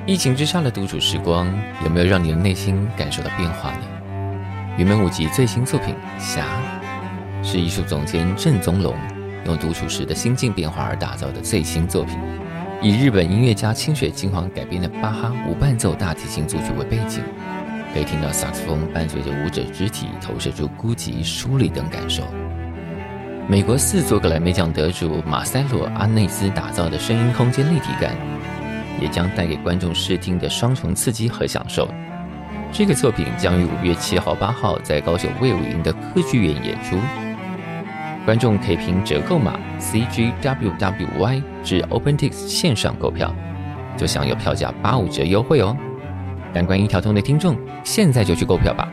疫情之下的独处时光，有没有让你的内心感受到变化呢？云门舞集最新作品《霞》是艺术总监郑宗龙用独处时的心境变化而打造的最新作品，以日本音乐家清水金黄改编的巴哈无伴奏大提琴组曲为背景，可以听到萨克斯风伴随着舞者肢体投射出孤寂、疏离等感受。美国4座格莱美奖得主马塞罗·阿内兹打造的声音空间立体感，也将带给观众视听的双重刺激和享受。这个作品将于5月7号、8号在高雄卫武营的歌剧院演出，观众可以凭折扣码 CGWWY 至 OpenTix 线上购票，就享有票价85折优惠哦！感官一条通的听众，现在就去购票吧！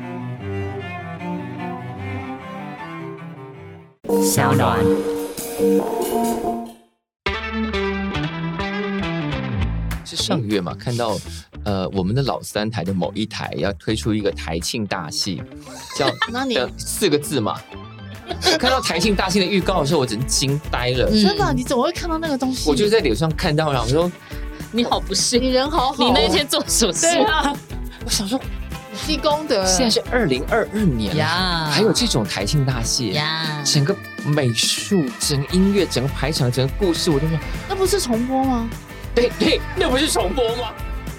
小暖。是上个月嘛，看到我们的老3台的某一台要推出一个台庆大戏，叫4个字嘛。看到台庆大戏的预告的时候，我真惊呆了。 真的，你怎么会看到那个东西？ 我就在脸上看到，然后说你好不幸， 你人好好， 你那天做什么事？ 对啊，我想说积功德。 现在是2022年了，还有这种台庆大戏，整个美术、整个音乐、整个排场、整个故事，我都说那不是重播吗？ 对，那不是重播吗？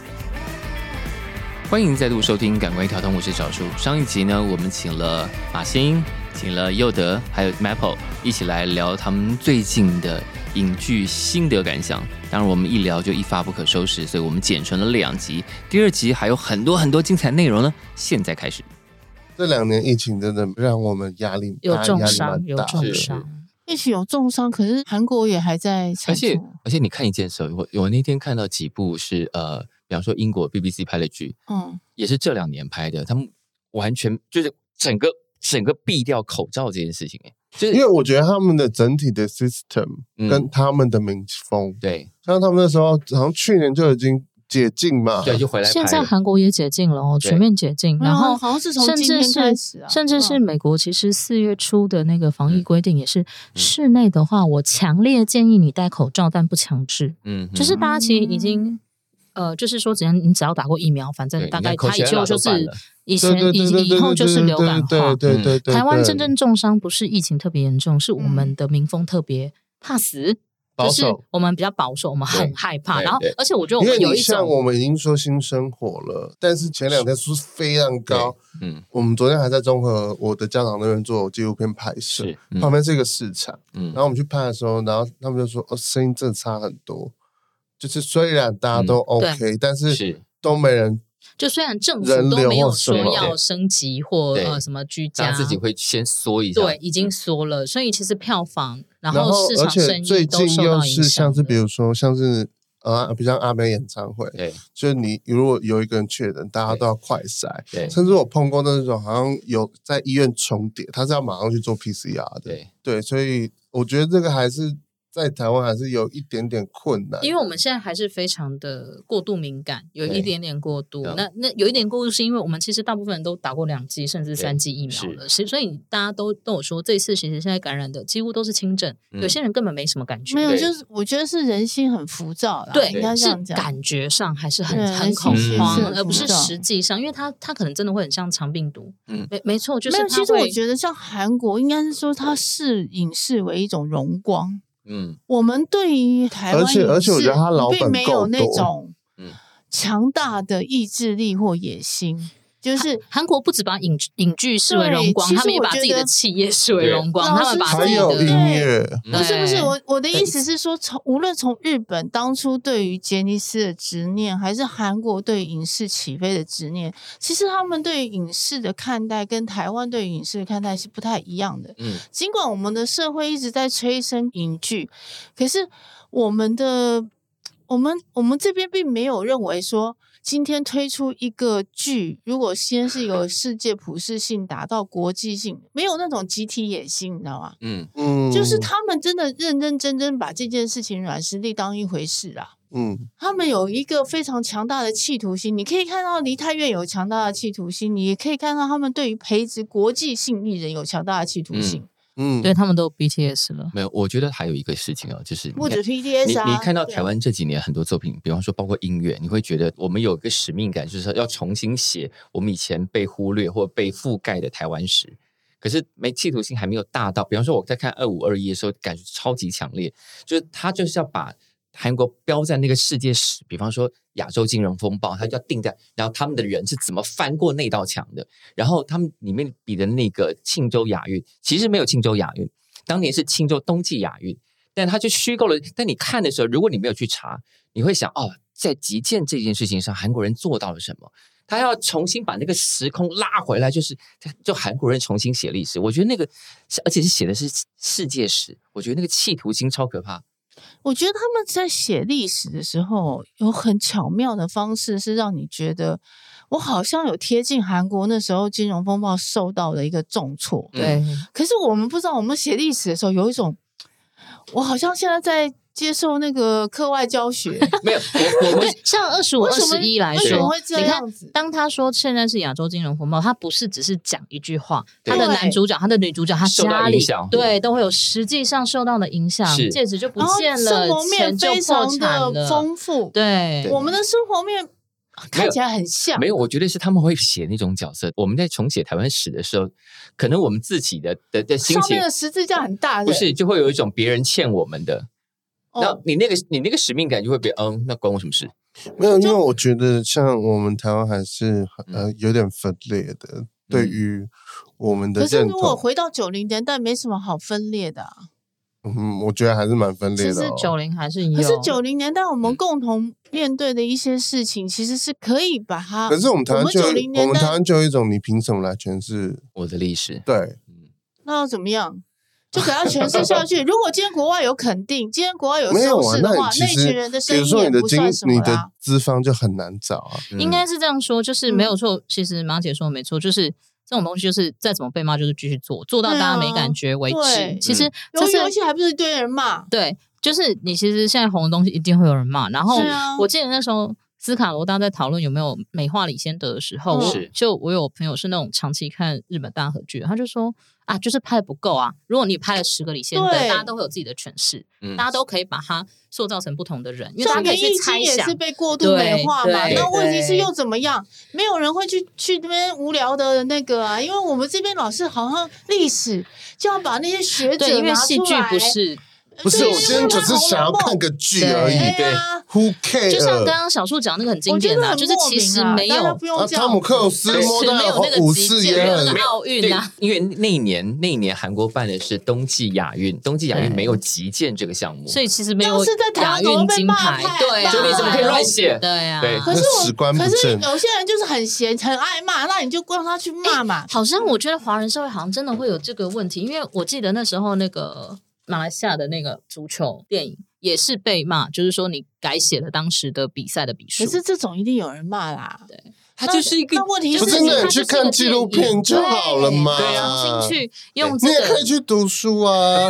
欢迎再度收听《感官一条通》，我是小树。上一集呢，我们请了马欣，请了佑德，还有 Maple 一起来聊他们最近的影剧心得感想。当然，我们一聊就一发不可收拾，所以我们剪成了2集。第2集还有很多精彩内容呢。现在开始。 这2年疫情真的让我们压力有重伤，有重伤。 疫情有重伤，可是韩国也还在产出。 而且你看一件事，我那天看到几部是比方说英国 BBC 拍的剧，也是这2年拍的，他们完全就是整个避掉口罩这件事情，就是因为我觉得他们的整体的 system 跟他们的民风， 对， 像他们那时候好像去年就已经解禁嘛， 对，就回来拍了。 现在韩国也解禁了哦，全面解禁，然后好像是从今天开始啊， 甚至是美国其实4月初的那个防疫规定也是，室内的话，我强烈建议你戴口罩，但不强制。就是大家其实已经就是说，你只要打过疫苗，反正大概它以后就是以后就是流感化。 对， 台湾真正重伤不是疫情特别严重，是我们的民风特别怕死。就是我们比较保守，我们很害怕，然后而且我觉得我们有一种， 像我们已经说新生活了，但是前2天数非常高。我们昨天还在中和我的教堂那边做纪录片拍摄，旁边是一个市场，然后我们去拍的时候，然后他们就说声音真的差很多，就是虽然大家都 OK，但是都没人。 就虽然政府都没有说要升级或什么居家， 他自己会先缩一下， 对，已经缩了，所以其实票房，然后市场生意都受到影响。 最近又是像是比如说像是比如像阿妹演唱会，对，就是你如果有一个人确诊，大家都要快筛，对，甚至我碰过那种好像有在医院重叠，他是要马上去做 PCR 的，对，所以我觉得这个还是。在台湾还是有一点点困难， 因为我们现在还是非常的过度敏感，有一点点过度。那有一点过度，是因为我们其实大部分人都打过2剂甚至3剂疫苗了，所以大家都有说，这次其实现在感染的几乎都是轻症，有些人根本没什么感觉。 没有，就是我觉得是人心很浮躁啦， 对， 应该这样讲，是感觉上还是很恐慌，而不是实际上，因为它可能真的会很像长病毒。没错，就是没有。其实我觉得像韩国，应该是说它视影视为一种荣光。我们对于台湾而且我觉得他老本并没有那种强大的意志力或野心。就是韩国不只把影剧视为荣光，他们也把自己的企业视为荣光，他们把自己的音乐不是我的意思是说，无论从日本当初对于杰尼斯的执念，还是韩国对于影视起飞的执念，其实他们对于影视的看待跟台湾对于影视的看待是不太一样的。尽管我们的社会一直在催生影剧，可是我们这边并没有认为说。今天推出一个剧，如果先是有世界普适性达到国际性，没有那种集体野心，你知道吗？就是他们真的认认真真把这件事情软实力当一回事啊。他们有一个非常强大的企图心，你可以看到梨泰院有强大的企图心，你也可以看到他们对于培植国际性艺人有强大的企图心。 对他们都有 BTS 了。 没有，我觉得还有一个事情哦，就是不止 BTS 啊， 你看到台湾这几年很多作品，比方说包括音乐，你会觉得我们有一个使命感，就是要重新写我们以前被忽略或被覆盖的台湾史。可是企图心还没有大到，比方说我在看25、21的时候，感觉超级强烈，就是他就是要把韩国标在那个世界史，比方说亚洲金融风暴，他就要定在，然后他们的人是怎么翻过那道墙的，然后他们里面比的那个庆州亚运，其实没有庆州亚运，当年是庆州冬季亚运，但他就虚构了。但你看的时候，如果你没有去查，你会想在击剑这件事情上，韩国人做到了什么？他要重新把那个时空拉回来，就韩国人重新写历史。我觉得那个，而且是写的是世界史，我觉得那个企图心超可怕。 我觉得他们在写历史的时候，有很巧妙的方式，是让你觉得我好像有贴近韩国那时候金融风暴受到的一个重挫。 对， 可是我们不知道，我们写历史的时候有一种，我好像现在在接受那个课外教学。 没有，我们像25、21来说， 你看， 当他说现在是亚洲金融风暴，他不是只是讲一句话，他的男主角、他的女主角、他家里对都会有实际上受到的影响，戒指就不见了， 生活面非常的丰富。 对， 我们的生活面看起来很像。 没有，我觉得是他们会写那种角色。我们在重写台湾史的时候，可能我们自己的心情， 上面的十字架很大， 不是就会有一种别人欠我们的。那你那个使命感就会变，那关我什么事？ 没有，因为我觉得像我们台湾还是有点分裂的，对于我们的认同。可是如果回到90年代，没什么好分裂的。 我觉得还是蛮分裂的。 其实90还是有， 可是90年代我们共同面对的一些事情，其实是可以把它。 可是我们台湾就有一种，你凭什么来诠释我的历史？ 对， 那要怎么样？就给他诠释下去。如果今天国外有肯定，今天国外有收视的话，那一群人的声音也不算什么啦。 你的资方就很难找啊。 应该是这样说，就是没有错。其实马姐说的没错，就是这种东西，就是再怎么被骂，就是继续做，做到大家没感觉为止。其实游戏还不是一堆人骂？ 对，就是你其实现在红的东西一定会有人骂。然后我记得那时候斯卡罗大家在讨论有没有美化李仙得的时候，我有朋友是那种长期看日本大河剧，他就说就是拍的不够啊！如果你拍了10个李仙得，大家都会有自己的诠释，大家都可以把它塑造成不同的人，因为大家可以去猜想。 也是被过度美化嘛，那问题是又怎么样？没有人会去那边无聊的那个啊，因为我们这边老是好像历史就要把那些学者拿出来， 因为戏剧不是，我今天只是想要看个剧而已。 对 ，Who cares？ 就像刚刚小树讲那个很经典的，就是其实没有汤姆克鲁斯摸到5次也很奥运啊。 因为那一年韩国办的是冬季亚运，冬季亚运没有击剑这个项目， 所以其实没有亚运金牌。对， 就你怎么可以乱写？ 对啊， 可是有些人就是很闲，很爱骂，那你就让他去骂嘛。 好像我觉得华人社会好像真的会有这个问题，因为我记得那时候那个马来西亚的那个足球电影也是被骂，就是说你改写了当时的比赛的比数。 可是这种一定有人骂啦。 对， 它就是一个。 那问题不是你去看纪录片就好了嘛？ 对啊，重新去用你也可以去读书啊。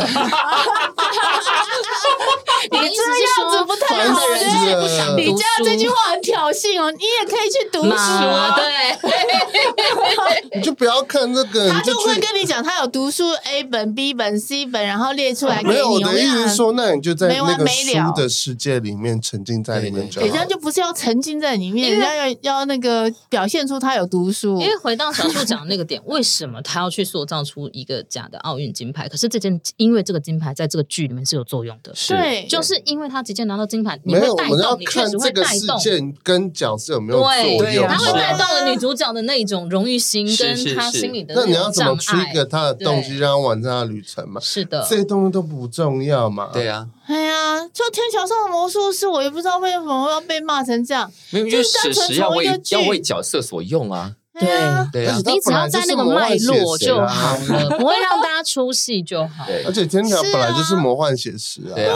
你的意思是说不太好， 对， 你这这句话很挑衅哦。你也可以去读书啊， 对。 你就不要看这个， 他就会跟你讲，他有读书 A 本、B 本、C 本，然后列出来给你。 没有，我的意思是说，那你就在那个书的世界里面沉浸在里面就好。 人家就不是要沉浸在里面，人家要那个表现出他有读书。 因为回到小树讲的那个点，为什么他要去塑造出一个假的奥运金牌？可是因为这个金牌在这个剧里面是有作用的， 对。 就是因为他直接拿到金牌，你会带动，你确实会带动。 事件跟角色有没有作用？ 他会带动了女主角的那种荣誉心，跟他心里的那你要怎么trigger他的动机，让他完成他的旅程嘛？ 是的， 这些东西都不重要嘛。 对啊， 哎呀，就天桥上的魔术师，我也不知道为什么要被骂成这样。 没有，就是史实要为角色所用啊。 对啊，你只要在那个脉络就好了，不会让大家出戏就好。 而且天条本来就是魔幻写实啊。 对啊，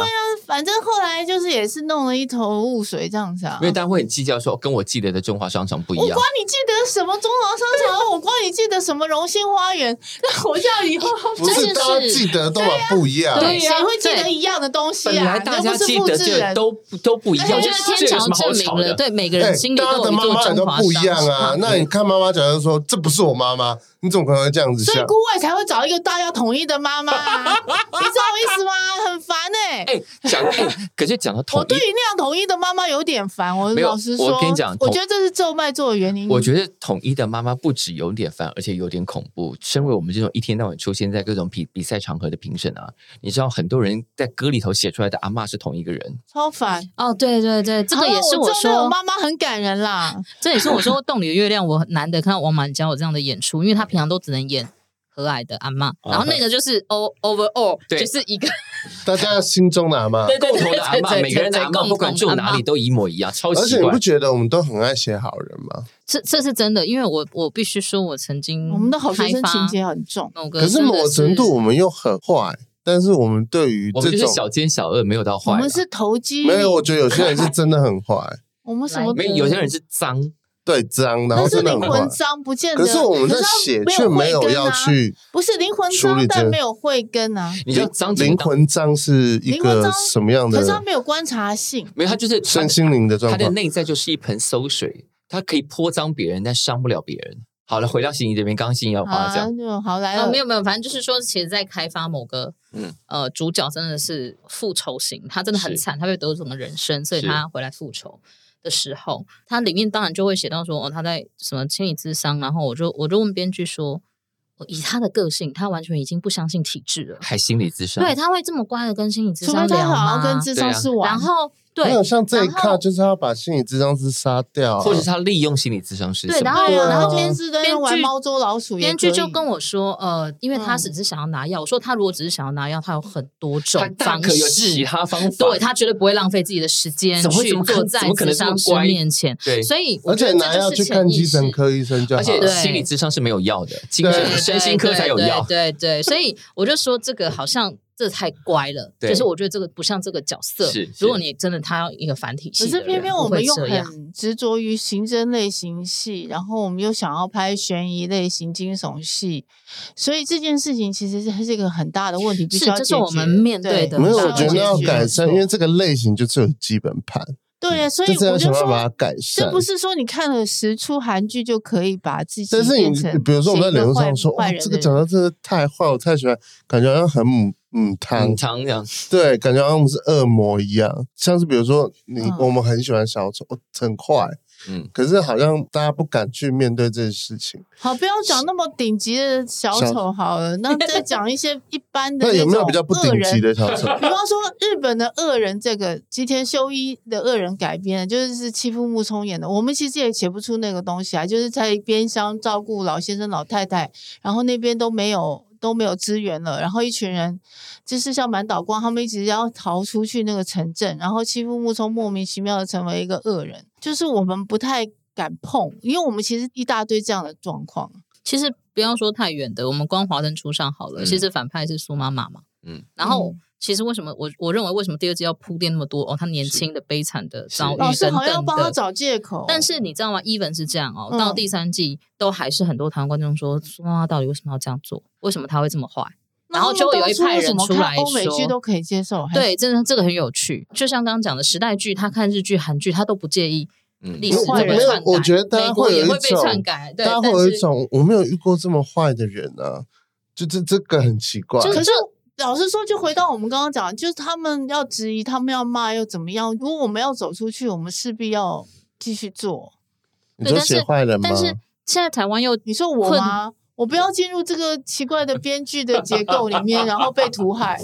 反正后来就是也是弄了一头雾水这样子啊。 因为大家会很计较说跟我记得的中华商场不一样。 我管你记得什么中华商场，我管你记得什么荣兴花园，那我叫以后不是大家记得都不一样。 对，谁会记得一样的东西啊？ 本来大家记得这都不一样， 我觉得天桥证明了，对每个人心里都有一座中华不一样啊。那你看妈妈讲的说这不是我妈妈，你怎么可能会这样子想？ 所以顾伟才会找一个大家统一的妈妈，你知道我意思吗？很烦可是讲到统一， 我对于那样统一的妈妈有点烦。我老实说， 我跟你讲， 我觉得这是咒卖座的原因。 我觉得统一的妈妈不止有点烦，而且有点恐怖。身为我们这种一天到晚出现在各种比赛场合的评审啊，你知道很多人在歌里头写出来的阿嬷是同一个人， 超烦哦。对对对，这个也是我说我妈妈很感人啦。 这也是我说洞里的月亮，我难得看到王满娇有这样的演出，因为她平常都只能演和蔼的阿嬷，然后那个就是 overall 就是一个大家心中的阿嬷， 共同的阿嬷，每个人的阿嬷不管住哪里都一模一样，超奇怪。 而且你不觉得我们都很爱写好人吗？ 这是真的，因为我必须说，我曾经我们的好学生情节很重， 可是某个程度我们又很坏。但是我们对于这种， 我们就是小奸小恶，没有到坏。 我们是投机， 没有。我觉得有些人是真的很坏。 我们什么？ 有些人是脏， 对脏，然后真的很坏。 灵魂脏不见得。 可是我们在写却没有要去， 不是灵魂脏，但没有慧根啊。 你就脏， 灵魂脏是一个什么样的？ 可是他没有观察性， 没有，他就是身心灵的状况。 他的内在就是一盆馊水，他可以泼脏别人，但伤不了别人。好了，回到心仪这边，刚刚心仪要话讲， 好来了， 没有，反正就是说，其实在开发某个主角真的是复仇型，他真的很惨，他被得罪了人生，所以他回来复仇的时候，他里面当然就会写到说，他在什么心理咨商，然后我就问编剧说，以他的个性，他完全已经不相信体制了， 还心理咨商， 对，他会这么乖的跟心理咨商聊吗？ 除非他好像跟咨商师玩， 然后。 没有像这一卡，就是要把心理咨商师杀掉， 或者是他利用心理咨商师。 对，然后编剧在玩猫捉老鼠， 编剧就跟我说，因为他只是想要拿药，我说他如果只是想要拿药，他有很多种方式， 有其他方法， 对他绝对不会浪费自己的时间去坐在咨商师面前。 对， 所以而且拿药去看精神科医生就好， 而且心理咨商是没有药的，身心科才有药。 对，所以我就说这个好像。这太乖了，就是我觉得这个不像这个角色。如果你真的他要一个繁体系的人， 可是偏偏我们又很执着于刑侦类型戏，然后我们又想要拍悬疑类型、惊悚戏，所以这件事情其实是一个很大的问题，必须要解决。 这是我们面对的。 没有，我觉得要改善，因为这个类型就是有基本盘。 对，所以我就说， 把它改善。 这不是说你看了10出韩剧就可以把自己但是你比如说我们在脸书上说，哇，这个角色真的太坏，我太喜欢，感觉好像很汤这样， 对，感觉好像我们是恶魔一样。像是比如说我们很喜欢小丑，很坏，可是好像大家不敢去面对这件事情。 好，不要讲那么顶级的小丑好了，那再讲一些一般的。 那有没有比较不顶级的小丑？ 比方说日本的恶人，这个吉田修一的恶人改编的，就是妻夫木聪演的。我们其实也写不出那个东西啊，就是在边乡照顾老先生老太太，然后那边都没有资源了，然后一群人就是像满岛光他们一直要逃出去那个城镇，然后妻夫木聪莫名其妙的成为一个恶人，就是我们不太敢碰，因为我们其实一大堆这样的状况。 其实不要说太远的，我们光华灯初上好了，其实反派是苏妈妈嘛，然后其实为什么我认为为什么第二季要铺垫那么多他年轻的悲惨的遭遇等等的，老师好像要帮他找借口。 但是你知道吗 even 是这样到第3季都还是很多台湾观众说苏妈妈到底为什么要这样做，为什么他会这么坏，然后就会有一派人出来说欧美剧都可以接受。 对，真的这个很有趣，就像刚刚讲的时代剧，他看日剧韩剧他都不介意历史会被篡改， 我觉得大家会有一种被篡改， 大家会有一种我没有遇过这么坏的人啊，就这个很奇怪。 可是老实说，就回到我们刚刚讲，就是他们要质疑，他们要骂，又怎么样？如果我们要走出去，我们势必要继续做。 你说写坏人吗？ 但是现在台湾又你说我吗？我不要进入这个奇怪的编剧的结构里面，然后被屠害。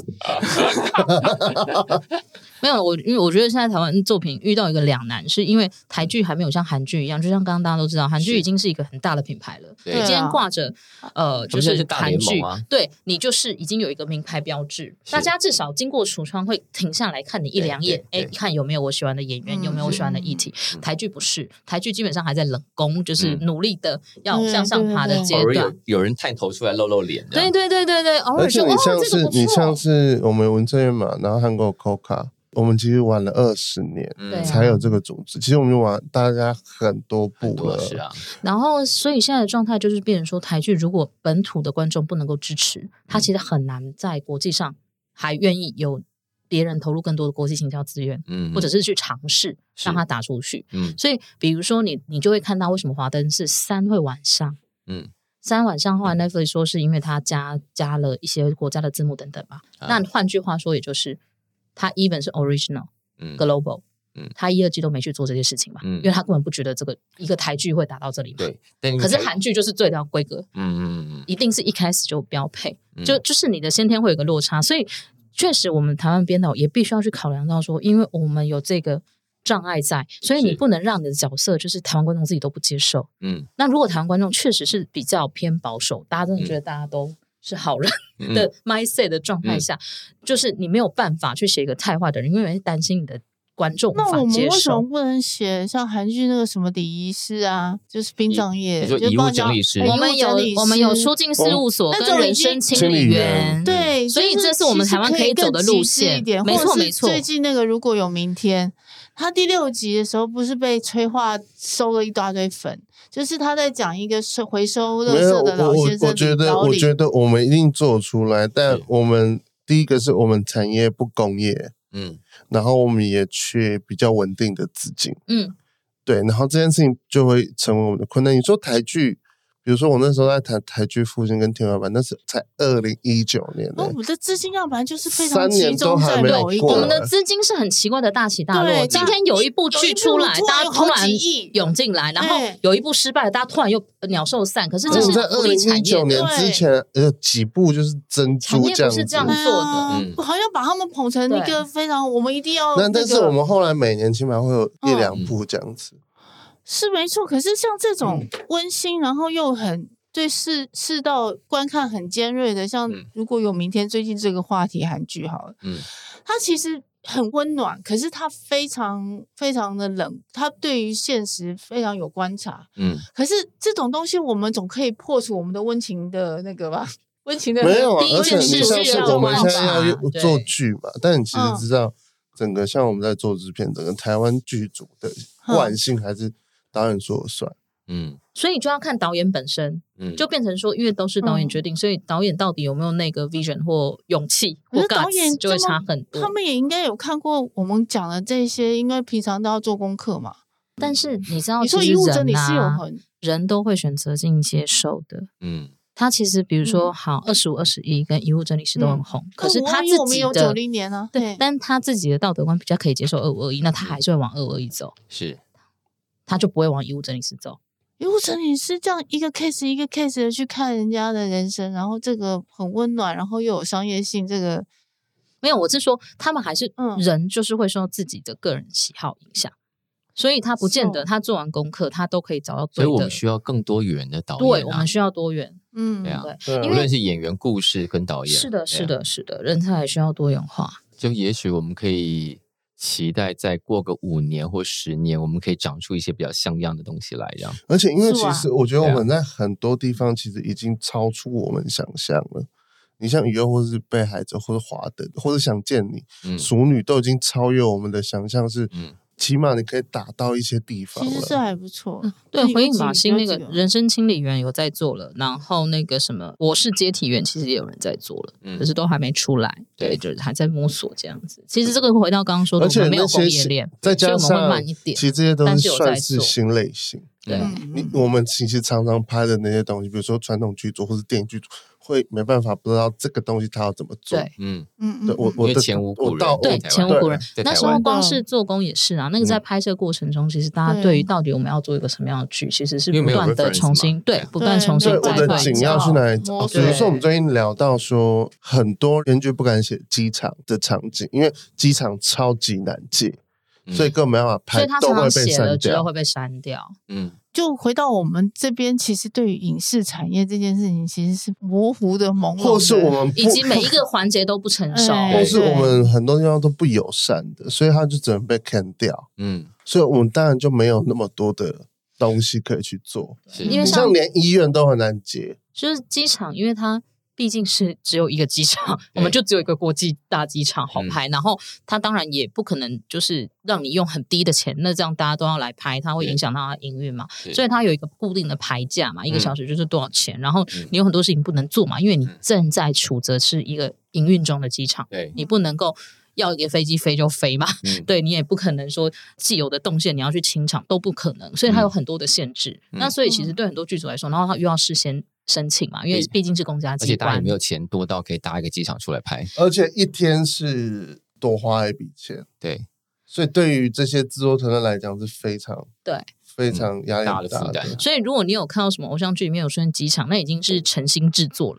没有，因为我觉得现在台湾作品遇到一个两难，是因为台剧还没有像韩剧一样，就像刚刚大家都知道，韩剧已经是一个很大的品牌了。你今天挂着就是韩剧，对你就是已经有一个名牌标志，大家至少经过橱窗会停下来看你1、2眼，看有没有我喜欢的演员，有没有我喜欢的议题。台剧不是，台剧基本上还在冷宫，就是努力的要向上爬的阶段。 有人探头出来露脸， 对，偶尔而且你像是我们文正院嘛，然后韩国 Coca。 我们其实玩了20年才有这个组织，其实我们玩大家很多部了， 是啊。 然后所以现在的状态就是变成说，台剧如果本土的观众不能够支持，它其实很难在国际上还愿意有别人投入更多的国际行销资源，或者是去尝试让它打出去。所以比如说你就会看到为什么华灯是3会晚上，3晚上后来 Netflix 说是因为它加了一些国家的字幕等等吧。那换句话说，也就是它 even 是 original、global，他1、2季都没去做这些事情嘛，因为他根本不觉得这个一个台剧会达到这里嘛。 对， 可是韩剧就是最高规格，一定是一开始就标配，就是你的先天会有个落差，所以确实我们台湾编导也必须要去考量到说，因为我们有这个障碍在，所以你不能让你的角色就是台湾观众自己都不接受。那如果台湾观众确实是比较偏保守，大家真的觉得大家都是好人的mindset 的状态下，就是你没有办法去写一个太坏的人，因为会担心你的观众无法接受。 那我们为什么不能写像韩剧那个什么礼仪师啊，就是殡葬业， 你说遗物整理师， 我们有出境事务所跟人生清理员， 对， 所以这是我们台湾可以走的路线。没错没错。 最近那个如果有明天，他第6集的时候不是被催化收了一大堆粉，就是他在讲一个回收垃圾的老先生。 我觉得我们一定做出来，但我们第一个是我们产业不工业。然后我们也缺比较稳定的资金，对，然后这件事情就会成为我们的困难。你说台剧，比如说我那时候在谈台剧复兴跟天花板，那是才2019年， 我们的资金要不然就是非常集中在某一个， 我们的资金是很奇怪的大起大落。今天有一部剧出来，大家突然涌进来，然后有一部失败，大家突然又鸟兽散。可是这是在2019年之前，几部就是珍珠这样子，产业不是这样做的， 好像把他们捧成一个非常，我们一定要。 但是我们后来每年起码会有1-2部这样子。 是没错，可是像这种温馨，然后又很对世道观看很尖锐的，像如果有明天最近这个话题韩剧好了，它其实很温暖，可是它非常非常的冷，它对于现实非常有观察，可是这种东西我们总可以破除我们的温情的那个吧。温情的没有啊，而且你像是我们现在要做剧嘛，但你其实知道整个像我们在做制片，整个台湾剧组的惯性还是导演说了算， 所以就要看导演本身，就变成说，因为都是导演决定，所以导演到底有没有那个 vision 或勇气或 guts 就会差很多。 他们也应该有看过我们讲的这些，因为平常都要做功课嘛。 但是你知道， 你说遗物整理是有人都会选择性接受的，他其实比如说好25、21跟遗物整理师都很红，可是他自己的我们有90年啊， 对，但他自己的道德观比较可以接受25、21，那他还是会往25、21走， 是， 他就不会往遗物整理师走。 遗物整理师这样一个 case 一个 case 的去看人家的人生，然后这个很温暖，然后又有商业性，这个没有，我是说他们还是人，就是会受自己的个人喜好影响。所以他不见得他做完功课他都可以找到对的， 所以我们需要更多元的导演， 对，我们需要多元， 对啊，无论是演员、故事跟导演， 是的，是的，是的，人才也需要多元化。 就也许我们可以期待再过个5年或10年，我们可以长出一些比较像样的东西来，这样。 而且因为其实我觉得我们在很多地方其实已经超出我们想象了。你像雨后或是被害者或者华灯或者想见你、熟女都已经超越我们的想象，是起码你可以打到一些地方了， 其实是还不错。 对，回应马欣那个人生清理员有在做了，然后那个什么我是接体员其实也有人在做了，可是都还没出来，对，就是还在摸索这样子。其实这个回到刚刚说的，我们没有工业链， 再加上所以我们会慢一点， 其实这些都是算是新类型。 对， 我们其实常常拍的那些东西，比如说传统剧组或是电影剧组，会没办法不知道这个东西他要怎么做。 对， 对，我的前无古人， 对，前无古人。那时候光是做工也是啊，那个在拍摄过程中，其实大家对于到底我们要做一个什么样的剧，其实是不断的重新不断重新再我的景要去哪里找？比如说我们最近聊到说，很多编剧不敢写机场的场景，因为机场超级难借。所以根本没办法拍， 所以他常常写了之后会被删掉。 就回到我们这边，其实对于影视产业这件事情，其实是模糊的、朦胧的， 或是我们以及每一个环节都不成熟， 或是我们很多地方都不友善的，所以它就只能被 can 掉。所以我们当然就没有那么多的东西可以去做， 因为像连医院都很难接。 就是机场，因为它毕竟是只有一个机场，我们就只有一个国际大机场好拍，然后他当然也不可能就是让你用很低的钱，那这样大家都要来拍，它会影响到它营运嘛，所以它有一个固定的牌价嘛，1个小时就是多少钱，然后你有很多事情不能做嘛，因为你正在处责是一个营运中的机场，你不能够要一个飞机飞就飞嘛，对，你也不可能说既有的动线你要去清场都不可能，所以它有很多的限制，那所以其实对很多剧组来说，然后它又要事先申请嘛，因为毕竟是公家机关，而且大家也没有钱多到可以搭一个机场出来拍， 而且一天是多花一笔钱， 对， 所以对于这些制作团队来讲是非常压力大的负担。 所以如果你有看到什么偶像剧里面有出现机场，那已经是诚心制作了，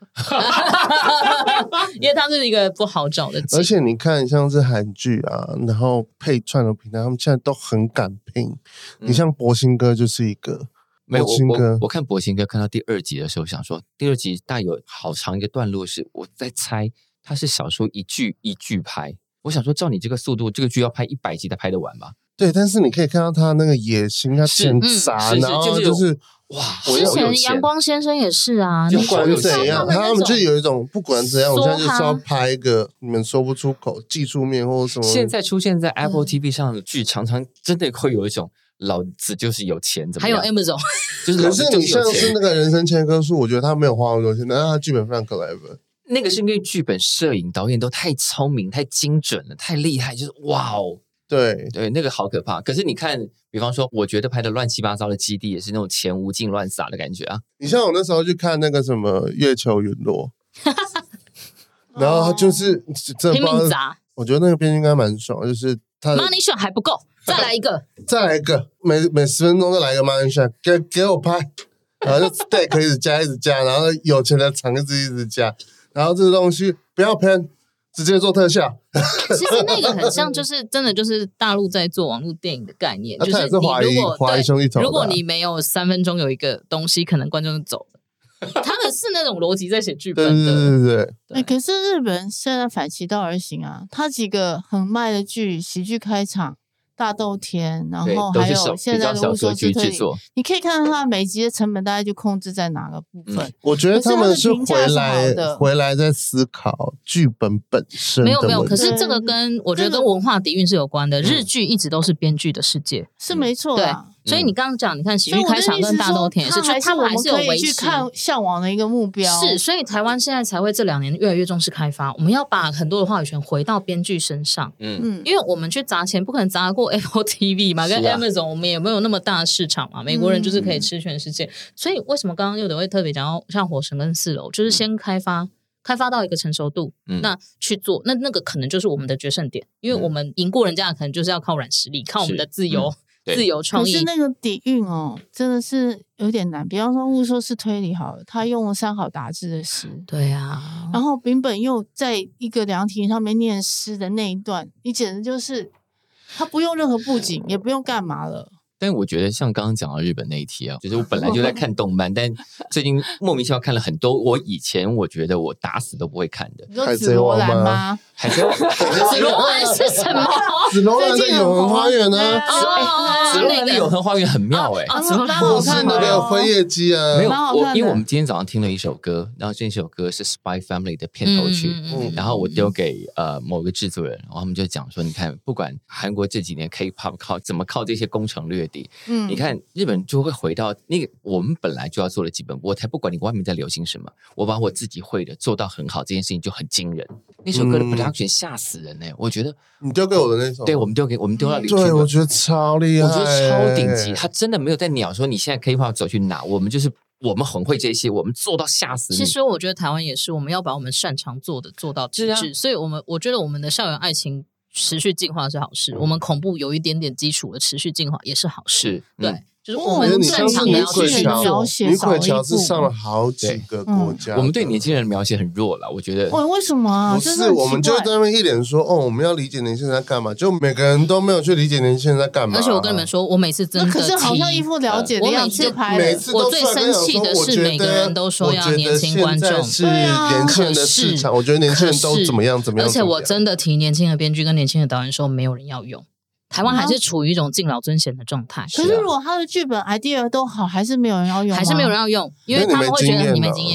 因为它是一个不好找的景。 而且你看像是韩剧啊，然后配串流平台，他们现在都很敢拼。你像博兴哥就是一个。 没有，我看博兴哥看到第2集的时候，想说第2集大有好长一个段落是我在猜他是小说一句一句拍，我想说照你这个速度，这个剧要拍100集才拍得完吧？ 对，但是你可以看到他那个野心，他钱砸，然后就是哇， 之前阳光先生也是啊， 不管怎样，他们就有一种不管怎样，我现在就是要拍一个你们说不出口技术面或什么。 现在出现在 Apple TV 上的剧，常常真的会有一种。老子就是有钱，怎么样？ 还有 Amazon， 就是可是你像是那个人生切割术，我觉得他没有花那么多钱，但是他剧本非常 clever。 那个是因为剧本、摄影、导演都太聪明、太精准了，太厉害，就是哇哦， 对， 那个好可怕。可是你看，比方说，我觉得拍的乱七八糟的基地，也是那种钱无尽乱撒的感觉啊。 你像我那时候去看那个什么月球陨落，然后他就是拼命砸， 我觉得那个编剧应该蛮爽，就是他 money shot 还不够。再来一个， 每10分钟就来一个 money shot， 给我拍，然后就 stack 一直加，然后有钱的厂一直加，然后这个东西不要偏，直接做特效。 其实那个很像，就是真的就是大陆在做网络电影的概念，就是你如果你没有3分钟有一个东西，可能观众就走了。他们是那种逻辑在写剧本的， 对。可是日本现在反其道而行啊，他几个很卖的剧，喜剧开场。大豆田，然后还有现在的乌索斯特里，你可以看到它每集的成本大概就控制在哪个部分。 我觉得他们是回来在思考剧本本身的问题。 没有，可是这个跟我觉得跟文化底蕴是有关的。日剧一直都是编剧的世界， 是没错的。 所以你刚刚讲，你看喜剧开场跟大豆田也是，他们还是有维持去看向往的一个目标。 是，所以台湾现在才会这2年越来越重视开发，我们要把很多的话语权回到编剧身上。因为我们去砸钱，不可能砸得过 Apple TV 嘛，跟 Amazon 我们也没有那么大的市场嘛。美国人就是可以吃全世界，所以为什么刚刚又得会特别讲到像火神跟4楼，就是先开发到一个成熟度，那去做，那个可能就是我们的决胜点，因为我们赢过人家，可能就是要靠软实力，靠我们的自由创意。 可是那个底蕴真的是有点难。比方说乌索斯推理好了，他用了三好达志的诗， 对啊， 然后丙本又在一个凉亭上面念诗的那一段，你简直就是他不用任何布景，也不用干嘛了。 但我觉得像刚刚讲到日本那一题啊，就是我本来就在看动漫，但最近莫名其妙看了很多我以前我觉得我打死都不会看的。 你说紫罗兰吗？ 紫罗兰是什么？ 紫罗兰在永恒花园呢。 紫罗兰的永恒花园很妙紫罗兰好看那个辉夜姬啊， 没有因为我们今天早上听了一首歌，然后这首歌是 Spy Family 的片头曲，然后我丢给某个制作人，然后他们就讲说，你看不管韩国这几年 K-pop 怎么靠这些攻城略地，你看日本就会回到那个我们本来就要做的基本，我才不管你外面在流行什么，我把我自己会的做到很好，这件事情就很惊人。那首歌的 production 吓死人我觉得你丢给我的那首， 对，我们丢到里去， 对，我觉得超厉害， 我觉得超顶级。他真的没有在鸟说你现在 K-pop 走去哪，我们很会这些，我们做到吓死你。 其实我觉得台湾也是，我们要把我们擅长做的做到极致，所以我觉得我们的校园爱情持续进化是好事，我们恐怖有一点点基础的持续进化也是好事，对。就是我们正常的女鬼桥是上了好几个国家， 我们对年轻人的描写很弱了，我觉得。 为什么啊？ 不是，我们就在那边一脸说我们要理解年轻人在干嘛，就每个人都没有去理解年轻人在干嘛。 而且我跟你们说，我每次真的可是好像一副了解的样子拍每次我最生气的是每个人都说要年轻观众， 是年轻人的市场，我觉得年轻人都怎么样。 而且我真的提年轻的编剧跟年轻的导演说，没有人要用。台湾还是处于一种敬老尊贤的状态。 可是如果他的剧本 idea 都好，还是没有人要用， 还是没有人要用，因为他们会觉得你没经验。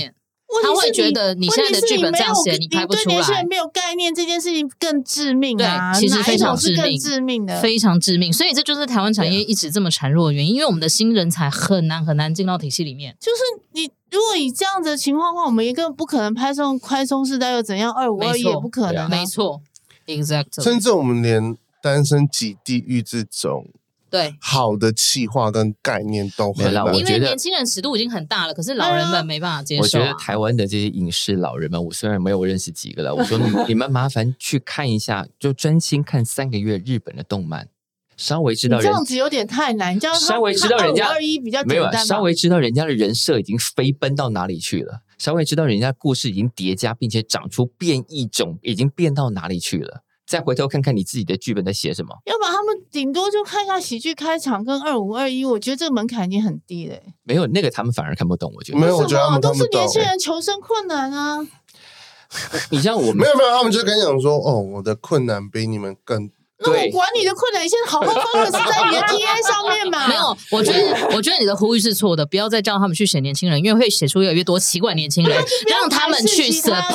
他会觉得你现在的剧本这样写，你拍不出来。 对年轻人没有概念，这件事情更致命啊！ 对，其实非常致命， 更致命的， 非常致命。所以这就是台湾产业一直这么孱弱的原因，因为我们的新人才很难进到体系里面。 就是你如果以这样子的情况的话，我们也根本不可能拍上快充世代又怎样，2521也不可能、 没错 ，exactly。 甚至我们连单身即地狱这种。 对， 好的企划跟概念都很难， 因为年轻人尺度已经很大了，可是老人们没办法接受、啊。 我觉得台湾的这些影视老人们，我虽然没有认识几个了，我说你们麻烦去看一下，就专心看3个月日本的动漫，稍微知道人这样子有点太难，这样稍微知道人家 2521比较没有，稍微知道人家的人设已经飞奔到哪里去了，稍微知道人家故事已经叠加，并且长出变异种，已经变到哪里去了。再回头看看你自己的剧本在写什么， 要不然他们顶多就看一下喜剧开场跟2521，我觉得这个门槛已经很低了、欸。 没有那个他们反而看不懂，我觉得没有，我觉得他们都是年轻人求生困难啊。 你像我没有，他们就跟你讲说，哦，我的困难比你们更。 那我管你的困难，你先好好 focus 在你的 TA 上面嘛。 没有，我觉得你的呼吁是错的，不要再叫他们去写年轻人，因为会写出越来越多奇怪年轻人，让他们去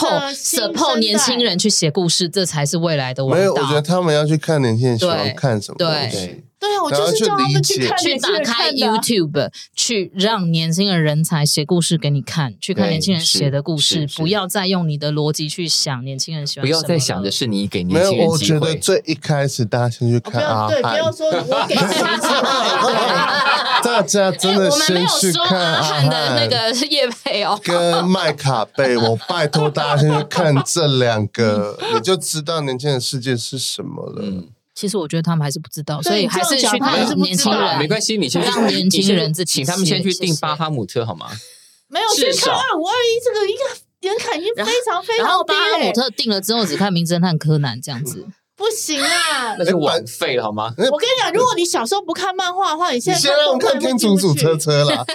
support 年轻人去写故事，这才是未来的王道。 没有，我觉得他们要去看年轻人喜欢看什么东西。 对啊，我就是叫他们去看去打开 YouTube， 去让年轻的人才写故事给你看，去看年轻人写的故事，不要再用你的逻辑去想年轻人喜欢什么。 不要再想的是你给年轻人机会。 没有，我觉得最一开始大家先去看阿汉， 对，不要说我给谁机会， 大家真的先去看阿汉的那个业配哦， 跟麦卡贝，我拜托大家先去看这2个，你就知道年轻人世界是什么了。 其实我觉得他们还是不知道，所以还是去看年轻人。 没关系，你先让年轻人自己请他们先去订巴哈姆特好吗？ 没有，去看2521这个一个门槛已经非常非常低。 然后巴哈姆特订了之后，只看名侦探柯南这样子。 不行啊， 那是晚废了好吗？ 我跟你讲，如果你小时候不看漫画的话，你现在让我看天竺鼠车车啦。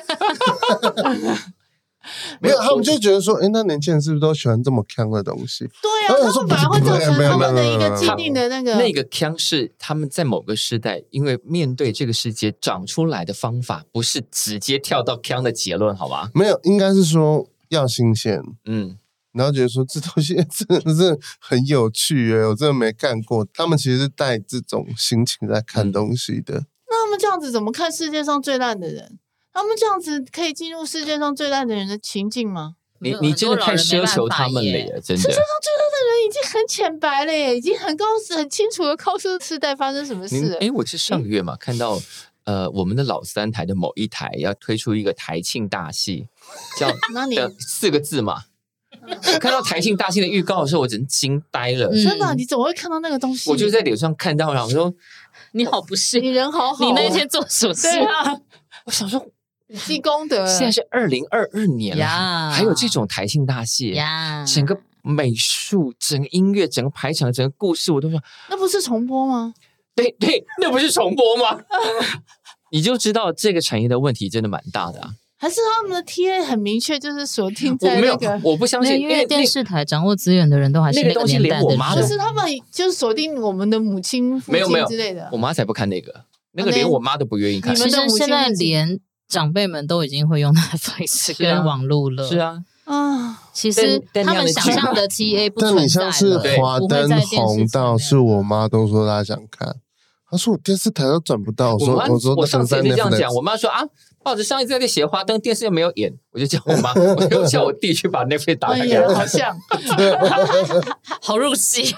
没有，他们就觉得说，那年轻人是不是都喜欢这么鏘的东西？ 对啊，他们反而会造成他们的一个既定的那个鏘是他们在某个时代，因为面对这个世界长出来的方法，不是直接跳到鏘的结论，好吗？ 没有，应该是说要新鲜，然后觉得说这东西真的是很有趣耶，我真的没看过。他们其实是带这种心情在看东西的。 那他们这样子怎么看世界上最烂的人？他们这样子可以进入世界上最烂的人的情境吗？ 你真的太奢求他们了耶！真的，世界上最烂的人已经很浅白了耶，已经很清楚的告诉世代发生什么事了。 我是上个月嘛看到我们的老3台的某一台要推出一个台庆大戏，叫4个字嘛。我看到台庆大戏的预告的时候，我真惊呆了。 真的，你怎么会看到那个东西？ 我就在脸上看到，然后我说：“ 你好不幸， 你人好好， 你那一天做什么事啊？” 我想说， 积功德。 现在是2022年了，还有这种台庆大戏，整个美术、整个音乐、整个排场、整个故事，我都说， 那不是重播吗？ 对，那不是重播吗？你就知道这个产业的问题真的蛮大的啊。 还是他们的 TA 很明确，就是锁定在那个。 我不相信， 因为电视台掌握资源的人都还是那个年代的人。 就是他们就是锁定我们的母亲、父亲之类的。 我妈才不看那个连我妈都不愿意看。 其实现在连长辈们都已经会用 Netflix 跟网络了。 是啊， 其实他们想象的 TA 不存在了。 但你像是华灯红到，是我妈都说她想看。她说我电视台都转不到。 我上次也这样讲，我妈说啊。报纸上一直在写花灯，电视又没有演，我就叫我妈，我就叫我弟去把 Netflix 打开。 好像， 好入戏。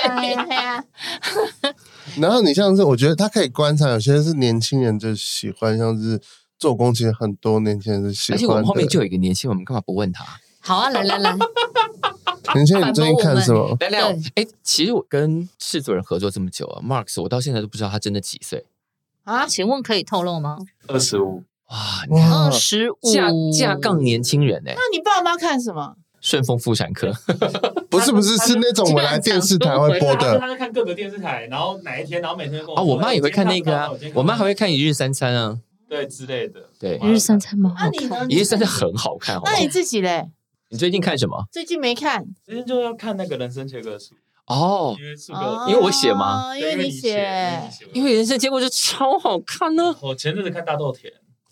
然后你像是，我觉得他可以观察，有些是年轻人就喜欢，像是做工，其实很多年轻人是喜欢的。 而且我们后面就有一个年轻人，我们干嘛不问他？ 好啊，来。 年轻人，你最近看什么？ 来，其实我跟制作人合作这么久啊 ，Marks， 我到现在都不知道他真的几岁啊？请问可以透露吗 ？25。 哇 ，25 架杠年轻人那你爸妈看什么？ 顺丰妇产科不是是那种我们来电视台会播的。 他就看各个电视台，然后哪一天，然后每天跟我我妈也会看那个啊，我妈还会看1日3餐啊， 对之类的。 对 ，1日3餐吗？ 那你呢？ 1日3餐很好看。 那你自己嘞？ 你最近看什么？ 最近没看， 最近就要看那个人生切割术。 因为我写吗？ 因为你写， 因为人生结果就超好看呢。 我前阵子看大豆田。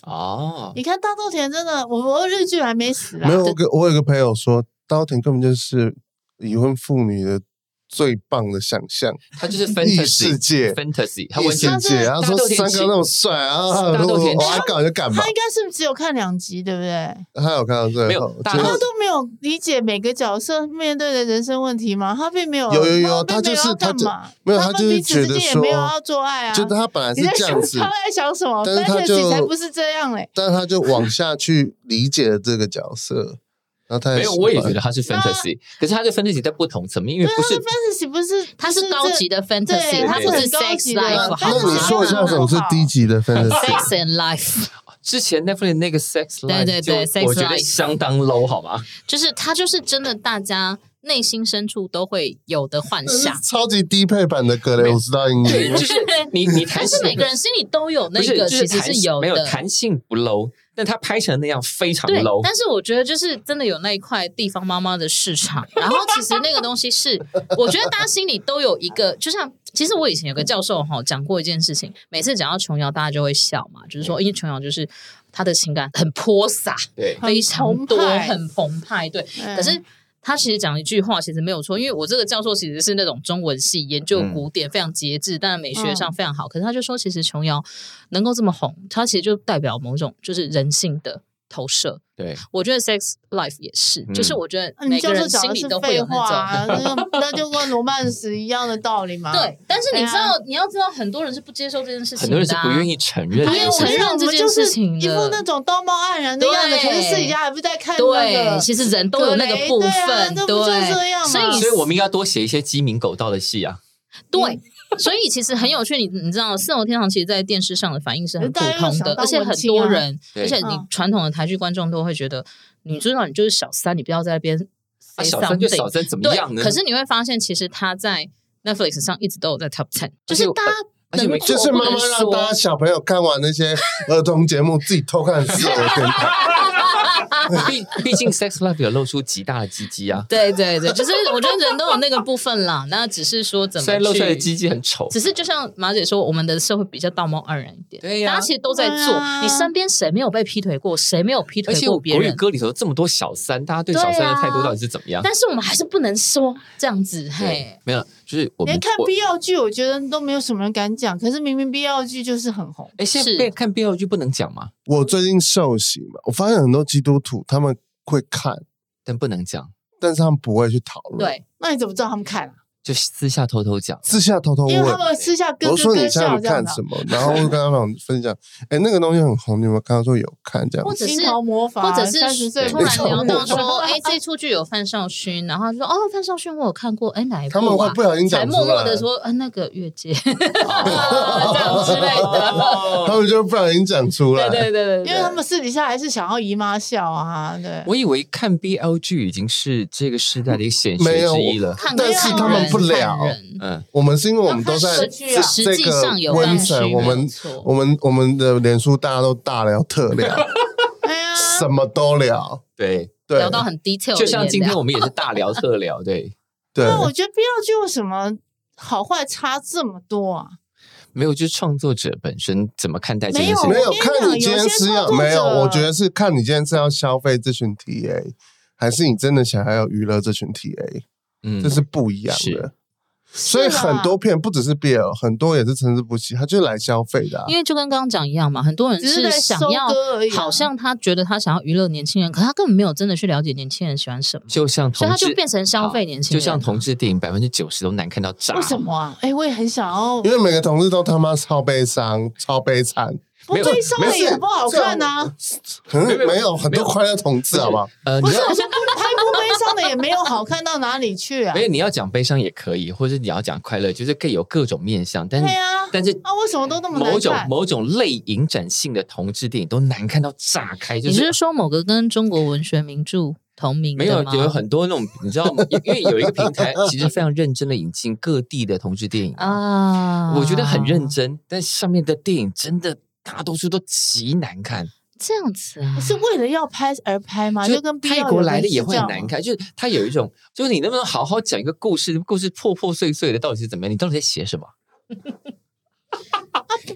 哦， 你看大豆田真的，我日剧还没死啊。 没有，我有个朋友说，大豆田根本就是已婚妇女的最棒的想象， 他就是异世界 fantasy， 他异世界。他说三哥那么帅啊，我要干就干嘛？ 他应该是只有看2集，对不对？ 他有看到最后， 他都没有理解每个角色面对的人生问题吗？他并没有， 有，他就是干嘛？ 没有，他就是觉得说， 也没有要做爱啊， 就他本来是这样子， 他在想什么？ 但是他就才不是这样嘞， 但是他就往下去理解了这个角色。 没有，我也觉得它是 fantasy， 可是它的 fantasy 在不同层面，因为不是 fantasy， 不是它是高级的 fantasy， 它不是 sex life。 那你说一下什么是低级的 fantasy？Sex and life。 之前 Netflix 那个 sex life， 对， 我觉得相当 low， 好吗？ 就是它就是真的，大家内心深处都会有的幻想， 超级低配版的格雷乌斯道音乐。 对，就是你弹性， 但是每个人心里都有那个，其实是有的， 没有弹性不 low。但他拍成那样非常 low， 但是我觉得就是真的有那一块地方妈妈的市场，然后其实那个东西是，我觉得大家心里都有一个，就像其实我以前有个教授讲过一件事情，每次讲到琼瑶大家就会笑嘛，就是说因为琼瑶就是她的情感很泼洒， 对， 非常多，很澎湃，对，可是。他其实讲一句话其实没有错，因为我这个教授其实是那种中文系研究古典非常节制，但美学上非常好。可是他就说，其实琼瑶能够这么红，它其实就代表某种就是人性的投射。 对， 我觉得 sex life 也是，就是我觉得每个人心里都会有那种，那就跟罗曼史一样的道理嘛。 对，但是你知道，你要知道，很多人是不接受这件事情的， 很多人是不愿意承认， 不愿意承认这件事情的， 一副那种道貌岸然的样子，可是私底下还不在看那个。 对，其实人都有那个部分， 对， 所以我们应该多写一些鸡鸣狗盗的戏啊。 对。所以其实很有趣，你知道《四楼天堂》其实在电视上的反应是很普通的，而且很多人，而且你传统的台剧观众都会觉得，你知道你就是小三，你不要在那边小三就小三怎么样呢？ 可是你会发现，其实他在 Netflix 上一直都有在 Top 10，就是大家。 就是妈妈让大家小朋友看完那些儿童节目，自己偷看4楼天堂。 毕竟 sex life 有露出极大的鸡鸡啊。 对，就是我觉得人都有那个部分啦，那只是说怎么虽然露出来的鸡鸡很丑， 只是就像马姐说，我们的社会比较道貌岸然一点， 对呀， 大家其实都在做。你身边谁没有被劈腿过？谁没有劈腿过别人？ 而且国语歌里头这么多小三，大家对小三的态度到底是怎么样？ 但是我们还是不能说这样子，嘿， 没有，就是我们连看 BL 剧，我觉得都没有什么人敢讲，可是明明 BL 剧就是很红。 现在看 BL 剧不能讲吗？ 我最近受洗嘛，我发现很多基督徒他们会看， 但不能讲， 但是他们不会去讨论。 对，那你怎么知道他们看啊？ 就私下偷偷讲， 私下偷偷问， 因为他们私下我说你现在看什么，然后跟他们分享，那个东西很红，你有没有看到说有看这样？ 或者是魔法， 或者是突然聊到说，这出剧有范少勋，然后说范少勋我有看过，哪一部啊？ 他们会不小心讲出来， 才默默的说那个越界这样之类的， 他们就不小心讲出来， 对， 因为他们私底下还是想要姨妈笑啊，对。 我以为看 BL 剧已经是这个时代的一个显学之一了， 但是他们不聊。我们是因为我们都在实际上有温层，我们的脸书大家都大聊特聊，什么都聊， 对， 聊到很 detail， 就像今天我们也是大聊特聊，对。 那我觉得 BL 剧为什么好坏差这么多啊？ 没有，就是创作者本身怎么看待这件事情？ 没有看你今天是要没有，我觉得是看你今天是要消费这群 TA， 还是你真的想要娱乐这群 TA， 这是不一样的。所以很多片不只是 BL， 很多也是参差不齐，他就是来消费的。 因为就跟刚刚讲一样嘛，很多人是想要，好像他觉得他想要娱乐年轻人，可他根本没有真的去了解年轻人喜欢什么， 就像所以他就变成消费年轻人， 就像同志电影90%都难看到炸。 为什么啊？我也很想要， 因为每个同志都他妈超悲伤、超悲惨。 不悲伤的也不好看啊！ 没有很多快乐同志，好不好？ 不是我说拍不悲伤的也没有好看到哪里去啊！ 没有，你要讲悲伤也可以，或者你要讲快乐，就是可以有各种面向。但是为什么都那么难看？ 某种类影展性的同志电影都难看到炸开。你是说某个跟中国文学名著同名的吗？ 没有很多那种，你知道吗？因为有一个平台其实非常认真的引进各地的同志电影啊，我觉得很认真，但上面的电影真的大多数都极难看。 这样子啊？ 是为了要拍而拍吗？就跟泰国来的也会很难看，就是它有一种，就是你能不能好好讲一个故事？故事破破碎碎的，到底是怎么样？你到底在写什么？ 那为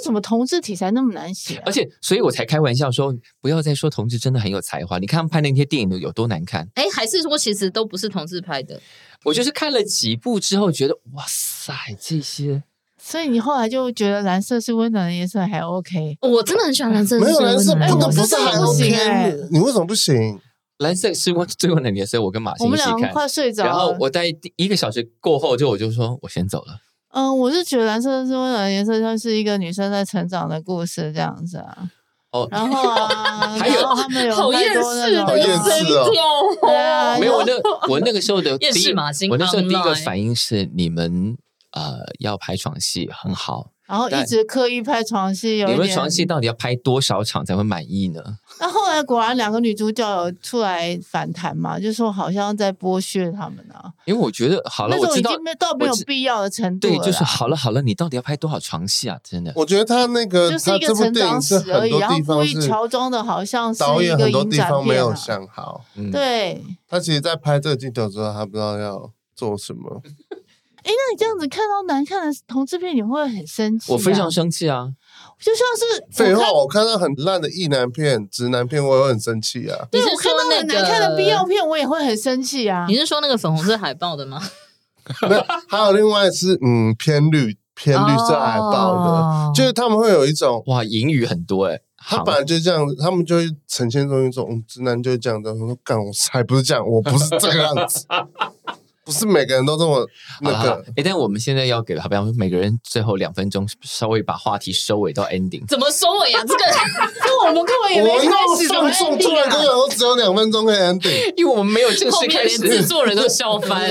什么同志题材那么难写而且所以我才开玩笑说不要再说同志真的很有才华，你看他们拍那些电影的有多难看。 还是说其实都不是同志拍的？ 我就是看了几部之后觉得哇塞这些， 所以你后来就觉得蓝色是温暖的颜色还 OK。 我真的很喜欢蓝色， 没有蓝色不是还 OK， 你为什么不行？ 蓝色是最温暖的颜色，我跟马欣一起看， 我们两个快睡着了。 然后我在1个小时过后我就说我先走了。 我是觉得蓝色是温暖的颜色，像是一个女生在成长的故事这样子啊。然后还有他们有太多那种好厌世哦。 对啊， 没有我那个时候的厌世马欣， 我那时候第一个反应是你们要拍床戏很好， 然后一直刻意拍床戏， 你们床戏到底要拍多少场才会满意呢？ 那后来果然2个女主角有出来反弹嘛，就说好像在剥削他们啊。 因为我觉得好了，我知道已经到没有必要的程度了。 对，就是好了，你到底要拍多少床戏啊？真的， 我觉得他那个就是一个成长史而已，然后故意乔装的好像是导演很多地方没有啊想好。 对， 他其实在拍这个镜头之后，他不知道要做什么。 那你这样子看到难看的同志片，你会很生气？ 我非常生气啊！ 就像是废话，我看到很烂的异男片、直男片，我也会很生气啊。 对，我看到很难看的必要片，我也会很生气啊。 你是说那个粉红色海报的吗？ 没有，还有另外是偏绿色海报的，就是他们会有一种哇，隐语很多他本来就这样，他们就会呈现出一种直男就会这样的。我说干，我才不是这样，我不是这个样子。不是每个人都这么那个。 但我们现在要给好，比方说每个人最后2分钟，稍微把话题收尾到 ending。 怎么收尾啊？这我们根本也没开始放送，突然跟我说只有2分钟可以 ending， 因为我们没有正式开始， 连制作人都笑翻。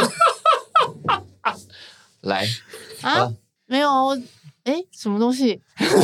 来没有什么东西？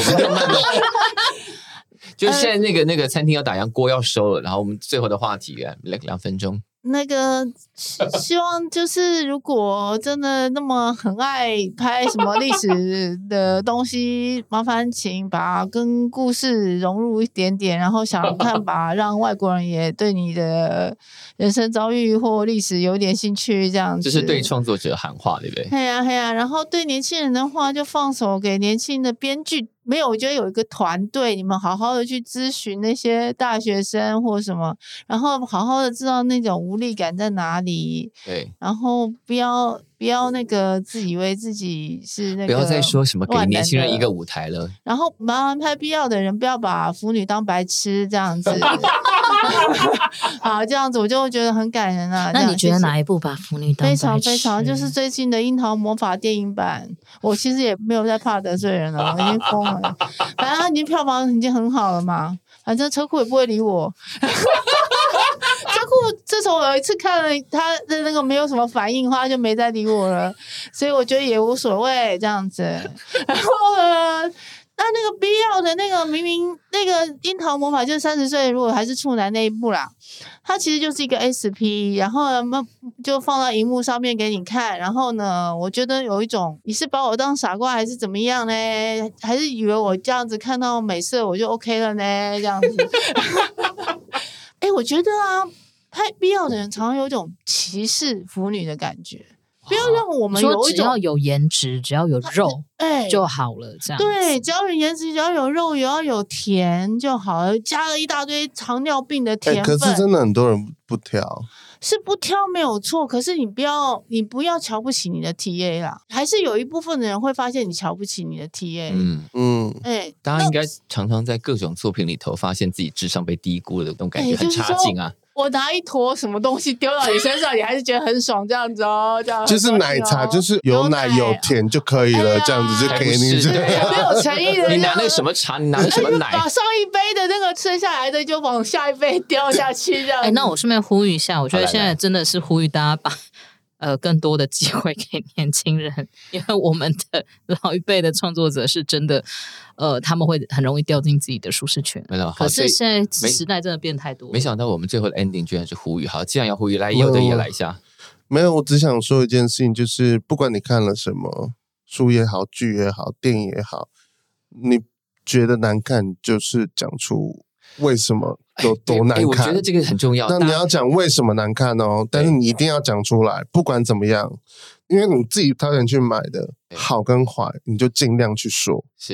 就是现在那个餐厅要打烊，锅要收了，然后我们最后的话题2分钟。 那个希望就是如果真的那么很爱拍什么历史的东西，麻烦请把跟故事融入一点点，然后想看吧，让外国人也对你的人生遭遇或历史有点兴趣，这样子。 就是对创作者喊话，对不对？ 对呀对呀，然后对年轻人的话，就放手给年轻的编剧。没有，我觉得有一个团队，你们好好的去咨询那些大学生或什么，然后好好的知道那种无力感在哪里。 对， 然后不要那个自以为自己是那个， 不要再说什么给年轻人一个舞台了。 然后麻烦拍必要的人不要把腐女当白痴这样子。好，这样子我就觉得很感人啊。 那你觉得哪一部把腐女当白痴？ 非常就是最近的《樱桃魔法》电影版。我其实也没有在怕得罪人了，我已经疯了。反正他已经票房已经很好了嘛，反正车库也不会理我。车库自从我有一次看了他的那个没有什么反应的话，他就没再理我了，所以我觉得也无所谓这样子。然后那个必要的那个明明那个樱桃魔法就是30岁如果还是处男那一部啦，它其实就是一个 SP， 然后就放到荧幕上面给你看，然后呢我觉得有一种你是把我当傻瓜还是怎么样呢，还是以为我这样子看到美色我就 OK 了呢这样子。我觉得啊拍必要的人常常有一种歧视腐女的感觉，不要让我们有一种只要有颜值只要有肉就好了这样子。 对，只要有颜值只要有肉也要有甜就好了，加了一大堆糖尿病的甜分。 可是真的很多人不挑， 是不挑没有错，可是你不要瞧不起你的 TA 啦，还是有一部分的人会发现你瞧不起你的 TA。 大家应该常常在各种作品里头发现自己智商被低估的那种感觉，很差劲啊。 我拿一坨什么东西丢到你身上，你还是觉得很爽，这样子哦，这样就是奶茶，就是有奶有甜就可以了，这样子就给你， 没有诚意的。 你拿那个什么茶，你拿那个什么奶， 把上一杯的那个吃下来的就往下一杯掉下去，这样。 那我顺便呼吁一下，我觉得现在真的是呼吁大家把更多的机会给年轻人，因为我们的老一辈的创作者是真的，他们会很容易掉进自己的舒适圈。可是现在时代真的变太多了。 没想到我们最后的 ending 居然是呼吁。好，既然要呼吁，来有的也来一下。 没有，我只想说一件事情，就是不管你看了什么书也好，剧也好，电影也好，你觉得难看，就是讲出为什么有多难看。 我觉得这个很重要。 那你要讲为什么难看哦，但是你一定要讲出来，不管怎么样，因为你自己掏钱去买的，好跟坏，你就尽量去说。 是，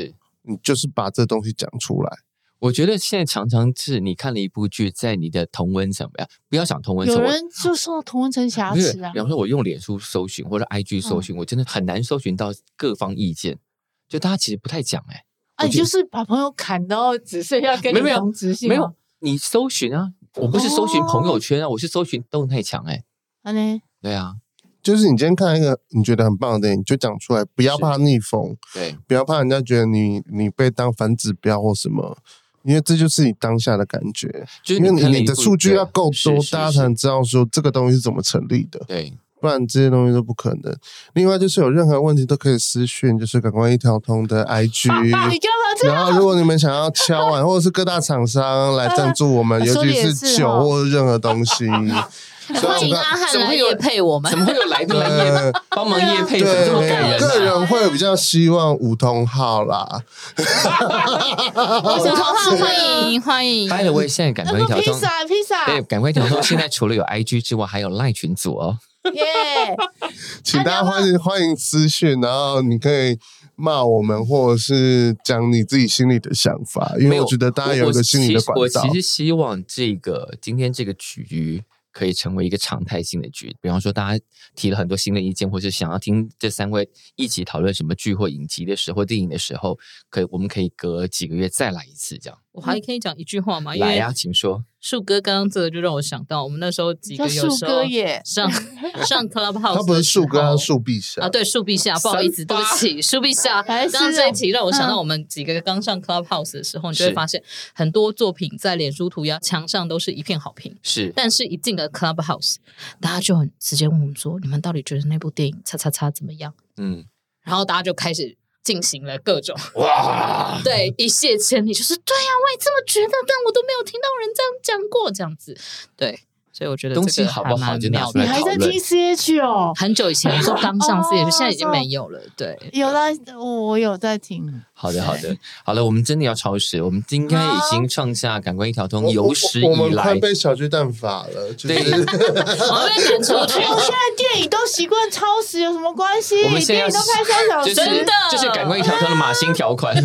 你就是把这东西讲出来。 我觉得现在常常是你看了一部剧，在你的同温层，不要想同温层， 有人就受同温层瑕疵啊。 比方说，我用脸书搜寻或者 IG 搜寻，我真的很难搜寻到各方意见，就大家其实不太讲你就是把朋友砍到只剩下跟你同质性， 没有你搜寻啊，我不是搜寻朋友圈啊，我是搜寻动态墙对啊。 就是你今天看一个你觉得很棒的电影，就讲出来，不要怕逆风， 对， 不要怕人家觉得你被当反指标或什么。因为这就是你当下的感觉， 就是因为你的数据要够多，大家才能知道说这个东西是怎么成立的， 对， 不然这些东西都不可能。另外就是有任何问题都可以私讯，就是感官一条通的 IG， 然后如果你们想要敲碗，或者是各大厂商来赞助我们，尤其是酒或者任何东西。 欢迎阿汉来业配我们， 怎么会有来的来帮忙业配？怎么这么感人？ 个人会比较希望五通号啦。 五通号欢迎。 By the way， 现在感官一条通， 披萨， 对，感官一条通现在除了有 IG 之外，还有 LINE 群组哦。 耶！ 请大家欢迎私讯，然后你可以骂我们，或者是讲你自己心里的想法，因为我觉得大家有一个心理的管道。 我其实希望今天这个局可以成为一个常态性的局，比方说大家提了很多新的意见，或是想要听这3位一起讨论什么剧或影集的时候、电影的时候，我们可以隔几个月再来一次这样。 我还可以讲一句话吗？ 来呀，请说。 树哥刚刚这个就让我想到，我们那时候几个有时候上 Clubhouse， 他不是树哥，他是树陛下啊，对，树陛下，不好意思，对不起，树陛下。刚刚这一题让我想到，我们几个刚上 Clubhouse 的时候，你就会发现很多作品在脸书涂鸦墙上都是一片好评， 是， 但是一进了 Clubhouse， 大家就很直接问我们说，你们到底觉得那部电影叉叉叉怎么样？然后大家就开始进行了各种哇，对，一泻千里，就是对呀，我也这么觉得，但我都没有听到人这样讲过，这样子，对，所以我觉得东西好不好就拿出来讨论。 你还在听 CH 哦？ 很久以前，我说刚上 CH， 现在已经没有了。对， 有啦，我有在听。 好的，我们真的要超时，我们应该已经创下感官一条通有史以来， 我们快被小巨蛋罚了，就是我们被赶出去。 现在电影都习惯超时，有什么关系？ 我们现在电影都拍3小时， 真的就是感官一条通的马新条款。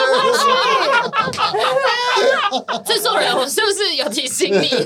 制作人，我是不是有提醒你？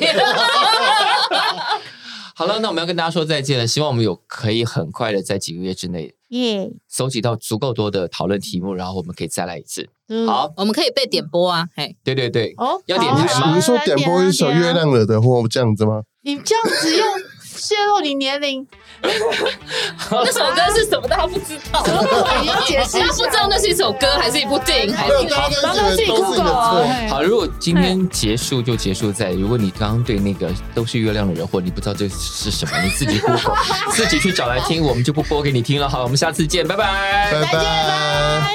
好了，那我们要跟大家说再见了。希望我们可以很快的在几个月之内，搜集到足够多的讨论题目，然后我们可以再来一次。好， 我们可以被点播啊！嘿， 对，要点台吗？ 你说点播一首《月亮惹的祸》这样子吗？ 你这样子用泄露你年龄。 那首歌是什么？大家不知道。 你要解释一下， 不知道那是一首歌还是一部电影，还是自己 Google。 好，如果今天结束就结束在，如果你刚刚对那个都是月亮的人，或你不知道这是什么，你自己 Google， 自己去找来听，我们就不播给你听了。好，我们下次见，拜拜， 拜拜。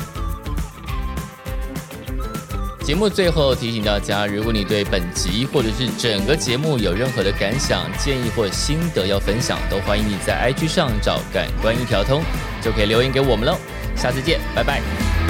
节目最后提醒大家，如果你对本集或者是整个节目有任何的感想、建议或心得要分享，都欢迎你在 IG 上找感官一条通，就可以留言给我们喽。下次见，拜拜。